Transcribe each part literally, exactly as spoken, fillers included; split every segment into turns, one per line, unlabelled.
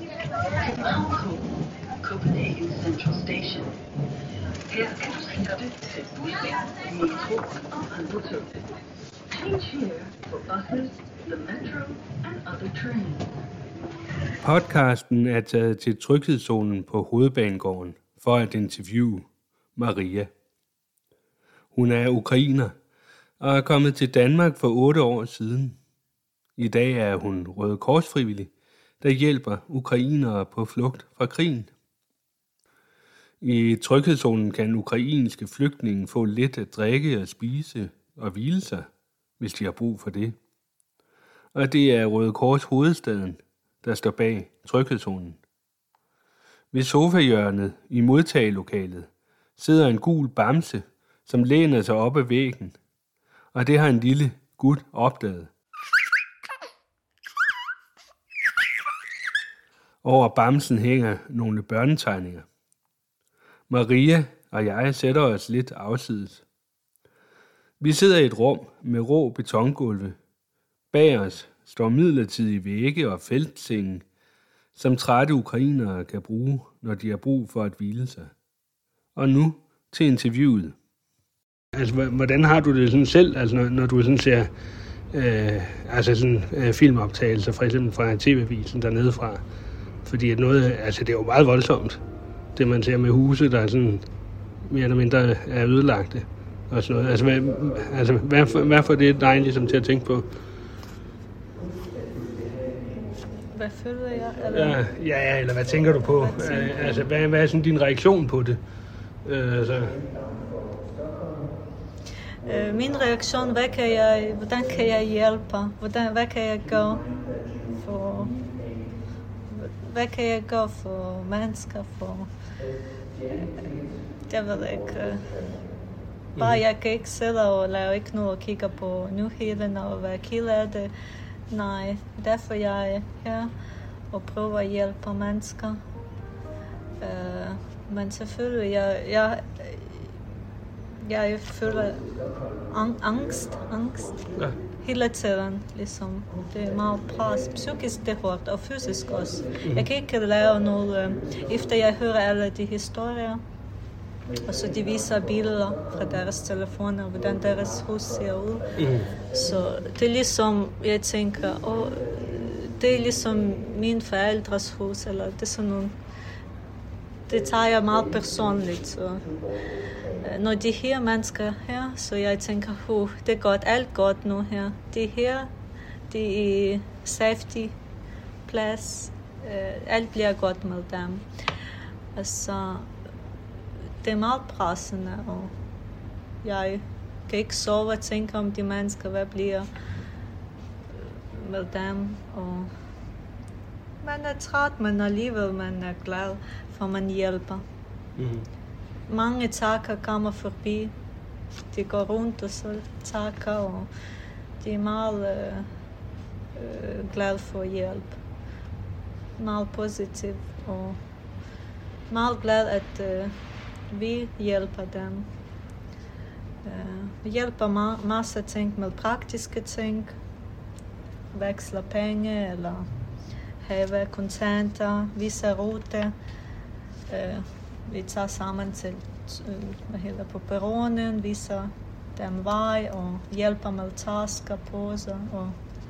Copenhagen Central Station. Her kan du skifte til busbane, metro og andre tog. Change here for buses, the metro and other trains.
Podcasten er taget til tryghedszonen på Hovedbanegården for at interviewe Maria. Hun er ukrainer og er kommet til Danmark for otte år siden. I dag er hun Røde Kors frivillig, der hjælper ukrainere på flugt fra krigen. I tryghedszonen kan ukrainske flygtninge få lidt at drikke og spise og hvile sig, hvis de har brug for det. Og det er Røde Kors Hovedstaden, der står bag tryghedszonen. Ved sofahjørnet i modtagelokalet sidder en gul bamse, som læner sig op ad væggen, og det har en lille gut opdaget. Over bamsen hænger nogle børnetegninger. Maria og jeg sætter os lidt afsides. Vi sidder i et rum med rå betongulve. Bag os står midlertidige vægge og feltsenge, som trætte ukrainere kan bruge, når de har brug for at hvile sig. Og nu til interviewet. Altså, hvordan har du det sådan selv, altså, når, når du sådan ser øh, altså sådan, øh, filmoptagelser, for eksempel fra T V-avisen dernede fra? Fordi at noget, altså, det er jo meget voldsomt, det man ser med huse, der er sådan mere eller mindre er ødelagte og sådan noget. Altså, hvad, altså, hvad, hvad får det dig ligesom til at tænke på?
Hvad føler jeg? Eller?
Ja, ja, eller hvad tænker du på? Hvad altså, hvad, hvad er sådan din reaktion på det? Øh, altså.
øh, min reaktion, hvad kan jeg, hvordan kan jeg hjælpe? Hvordan, hvad kan jeg gøre for, hvad kan jeg gøre for mennesker? For, jeg ved ikke. Bare jeg kan ikke sidde og lave ikke noget og kigge på nyhederne og være ked af det. Nej, derfor jeg er her og prøver at hjælpe mennesker. Uh, men selvfølgelig, jeg, jeg, jeg føler angst, angst ja. Hele tiden. Ligesom. Det er meget pres. Psykisk det er hårdt, og fysisk også. Mm. Jeg kan ikke lave noget, uh, efter jeg hører alle de historier. Og så de viser billeder fra deres telefoner, hvordan deres hus ser ud. Mm. Så det er ligesom, jeg tænker, åh, det er ligesom min forældres hus, eller det er sådan nogle, det tager jeg meget personligt. Så, når de her mennesker her, så jeg tænker, uh, det er godt, alt godt nu her. De her, de er i safety plads, alt bliver godt med dem. Altså, det er meget pressende, og jeg kan ikke sove og tænke om de mennesker, hvad bliver med dem. Og man er træt, men alligevel man er glad, for man hjælper. Mm. Mange takker kommer forbi. De går rundt og så takker, og de er meget øh, øh, glade for hjælp. Meget positiv, og meget glad, at øh, vi hjælper dem. Uh, vi hjælper ma- masser ting med praktiske ting. Veksler penge eller have kontanter, vise rute. Uh, vi tager sammen til uh, på perronen, viser dem vej og hjælper med tasker, poser og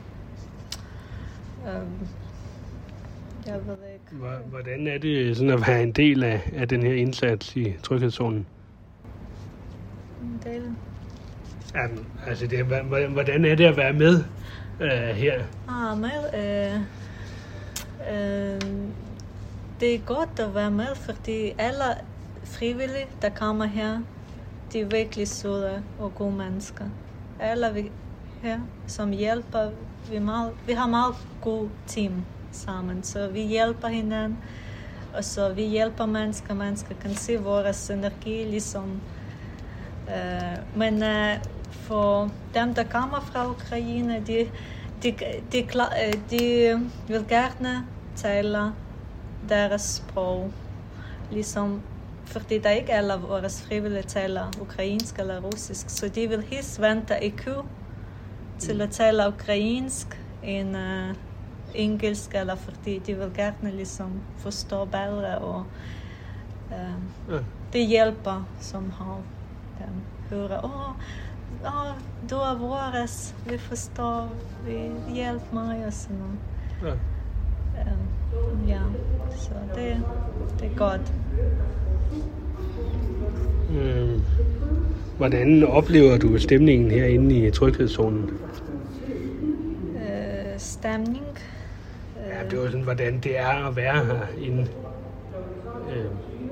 uh, jeg ved ikke.
Hvordan er det sådan at være en del af, af den her indsats i tryghedszonen?
En del?
Jamen, altså, det, hvordan er det at være med uh, her?
Ah, med? Uh, uh, det er godt at være med, fordi alle frivillige, der kommer her, de er virkelig søde og gode mennesker. Alle vi her, som hjælper, vi, meget, vi har meget god team sammen, så vi hjælper hinanden, og så vi hjælper mennesker, mennesker kan se vores energi, ligesom. Uh, men uh, for dem, der kommer fra Ukraine, de, de, de, de vil gerne tale deres sprog, ligesom, fordi der ikke alle vores frivillige taler ukrainsk eller russisk, så de vil helst vente i kø til at tale ukrainsk, end uh, engelsk, eller fordi de vil gerne ligesom forstå bedre, og øh,
Ja.
det hjælper, som har dem hører, åh, åh, du er vores, vi forstår, vi hjælper mig, og sådan noget.
Ja.
Øh, ja, så det, det er godt.
Øh, hvordan oplever du stemningen herinde i tryghedszonen?
Øh, stemning.
Ja, det var sådan, hvordan det er at være herinde. Øh.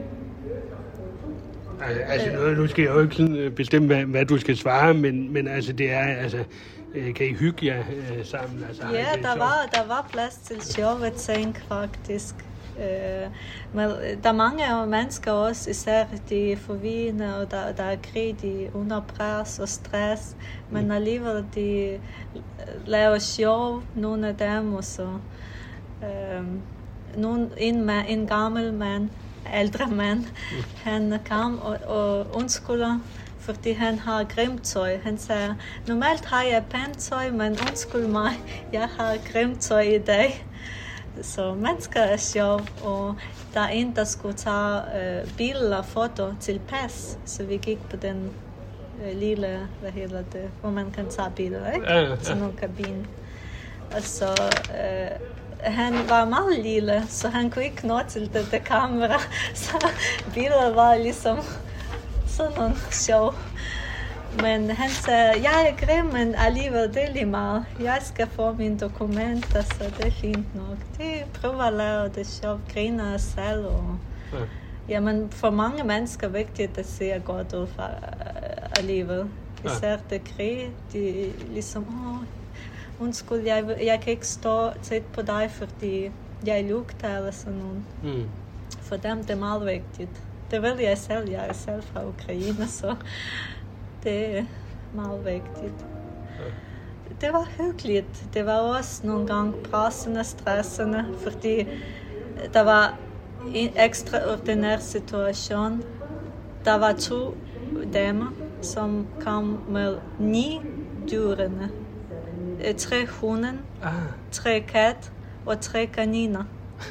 Altså, nu, nu skal jeg jo ikke sådan bestemme, hvad, hvad du skal svare, men, men altså, det er, altså, kan I hygge jer øh, sammen? Altså,
Ja, der var, der var plads til sjove ting, faktisk. Øh, men der er mange mennesker også, især de er forvirrende, og der, der er krig, de er under pres og stress, men alligevel de laver sjov, nogle af dem, og så øh, nogen, en, man, en gammel mand, ældre mand, han kom og, og undskylder, fordi han har grimt tøj. Han sagde, normalt har jeg pænt tøj, men undskyld mig, jeg har grimt tøj i dag. Så mennesker er sjov, og der er en, der skulle tage øh, billeder og foto til pas, så vi gik på den øh, lille, hvad hedder det, hvor man kan tage billeder, ikke?
Ja, ja, ja.
Til nogle kabine. Og så øh, han var meget lille, så han kunne ikke nå til det, det kamera, så billedet var ligesom sådan nogle sjov. Men han sagde, jeg er grim, men alligevel det er lige meget. Jeg skal få mine dokumenter, så det er fint nok. De prøver at lave det sjovt, griner selv. Og
Ja.
jamen, for mange mennesker er vigtigt, at det ser godt ud for, uh, alligevel. Især det krig, de ligesom, åh, undskyld, jeg, jeg kan ikke stå tæt på dig, fordi jeg lugter eller sådan noget.
Mm.
For dem det er meget vigtigt. Det ved jeg selv, jeg er selv fra Ukraine, så det er meget vigtigt. Det var hyggeligt. Det var også nogle gange pressende, stressende, fordi der var en ekstraordinær situation. Der var to damer, som kom med ni dyrene. Tre hunden,
Ah.
tre kat og tre kaniner.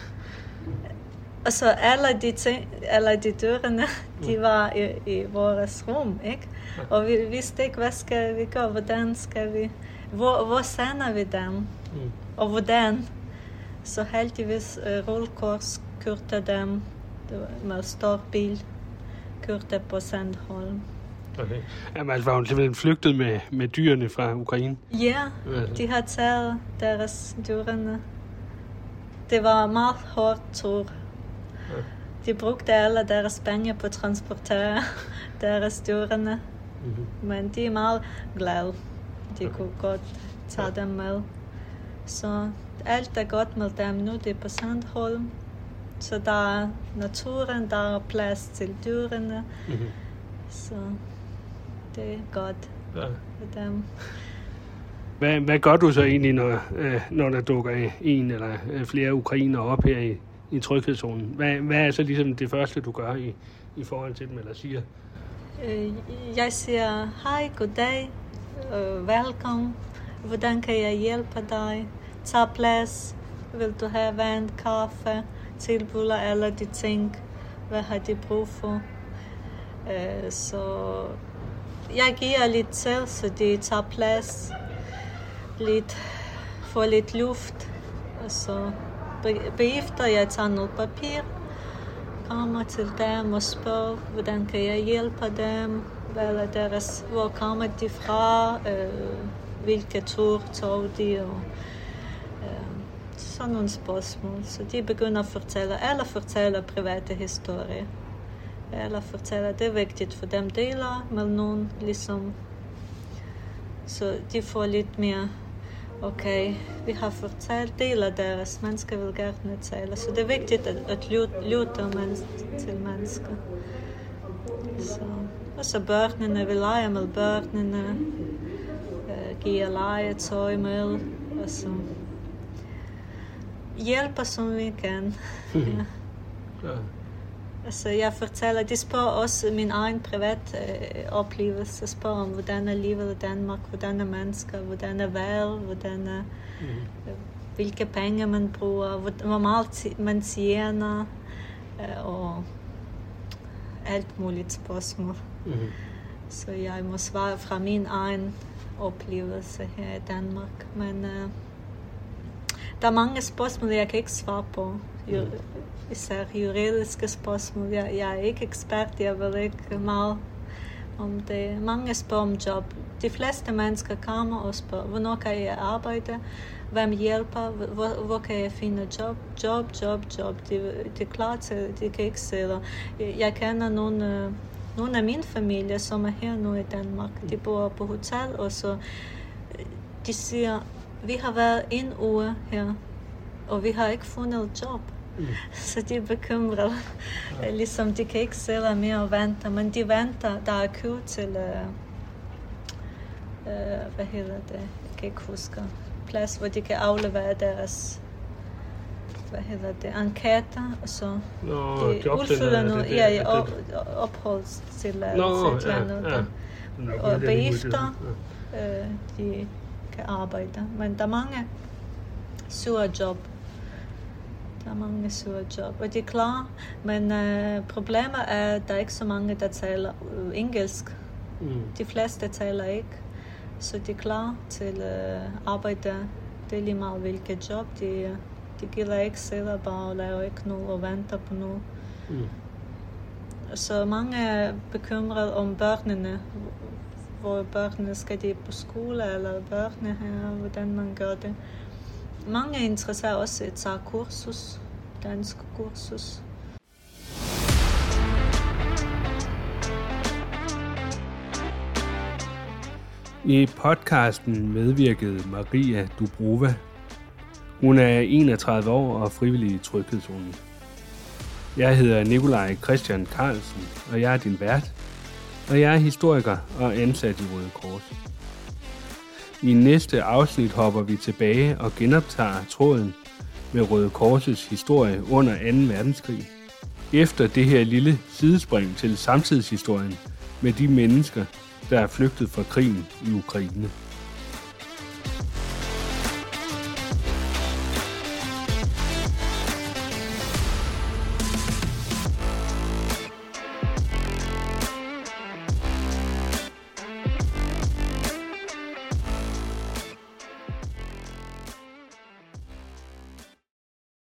Og så alle de, ting, alle de dørene, de var i, i vores rum, ikke? Og vi vidste ikke, hvad skal vi gøre, hvordan skal vi, hvor, hvor sender vi dem,
Mm.
og hvordan. Så heldigvis uh, rullekors kørte dem med stor bil, kørte på Sandholm.
Okay. Jamen, altså var hun simpelthen flygtet med, med dyrene fra Ukraine?
Ja,
Altså.
de har taget deres dyrene. Det var en meget hårdt tur. De brugte alle deres penge på at transportere deres dyrene.
Mm-hmm.
Men de er meget glade. De kunne godt tage dem med. Så alt er godt med dem nu. Det er på Sandholm. Så der er naturen, der er plads til dyrene.
Mm-hmm.
Så det er godt
Ja.
for dem.
Hvad, hvad gør du så egentlig, når, øh, når der dukker en eller øh, flere ukrainere op her i, i tryghedszonen? Hvad, hvad er så ligesom det første, du gør i, i forhold til dem, eller siger?
Øh, Jeg siger, hej, goddag, øh, velkommen. Hvordan kan jeg hjælpe dig? Tag plads. Vil du have vand, kaffe, tilbud og alle de ting? Hvad har de brug for? Øh, Så jeg giver lidt til, så de tager plads. Lidt, får lidt luft. Og så bagefter jeg tager noget papir. Kommer til dem og spørger, hvordan kan jeg hjælpe dem? Hvad er deres, hvor kommer de fra? Øh, hvilke tur tog de? Og, øh, sådan nogle spørgsmål. Så de begynder at fortælle, eller fortæller private historier. Eller fortæller, det er vigtigt for dem deler med nogen, ligesom. Så de får lidt mere, okay, vi har fortalt del af deres, mennesker vil gerne tale. Så det er vigtigt at, at lytte til mennesker. Så, og så børnene, vi leger med børnene, øh, giver legetøj med, og så hjælper som vi kan. Ja.
Ja.
Altså, jeg fortæller, de spørger også min egen privat øh, oplevelse, spørger om, hvordan er livet i Danmark, hvordan er mennesker, hvordan er vejret, hvordan er,
Mm.
øh, hvilke penge man bruger, hvor, hvor meget man tjener, øh, og alt muligt spørgsmål. Mm-hmm. Så jeg må svare fra min egen oplevelse her i Danmark. Men øh, der er mange spørgsmål, jeg kan ikke svare på. Jo, især juridiske spørgsmål. Jeg, jeg er ikke ekspert, jeg ved ikke meget om det. Mange spørger om job. De fleste mennesker kommer og spørger, hvornår kan jeg arbejde? Hvem hjælper? Hvor, hvor kan jeg finde job? Job, job, job. De, de er klar til, de kan ikke se det. Jeg kender nogle, nogle af min familie, som er her nu i Danmark. De bor på hotel, og så de siger, vi har været en uge her, og vi har ikke fundet job. Mm. Så de er bekymrede. Ja. Ligesom de kan ikke sælge mere og vente, men de venter, der er kø til, uh, uh, hvad hedder det, jeg kan ikke huske, plads, hvor de kan aflevere deres, hvad hedder det, enkäter, og så
Nå,
de udfylder nu, ja, ja, op, opholdstilladelse til noget, og bagefter uh, de kan arbejde. Men der er mange sure job. Der er mange sure job, og de er klar, men uh, problemet er, at der er ikke så mange, der taler uh, engelsk. Mm. De fleste taler ikke, så de er klar til uh, arbejde. Det er lige meget hvilket job. De, de gider ikke sidde bare og laver ikke noget og venter på noget. Mm. Så mange er bekymrede om børnene. Hvor børnene skal de på skole eller børnene her, hvordan man gør det. Mange interesserer også at tage kursus, dansk kursus.
I podcasten medvirkede Maria Dubrova. Hun er enogtredive år og frivillig i Tryghedszonen. Jeg hedder Nikolaj Christian Carlsen, og jeg er din vært, og jeg er historiker og ansat i Røde Kors. I næste afsnit hopper vi tilbage og genoptager tråden med Røde Kors' historie under anden verdenskrig. Efter det her lille sidespring til samtidshistorien med de mennesker, der er flygtet fra krigen i Ukraine.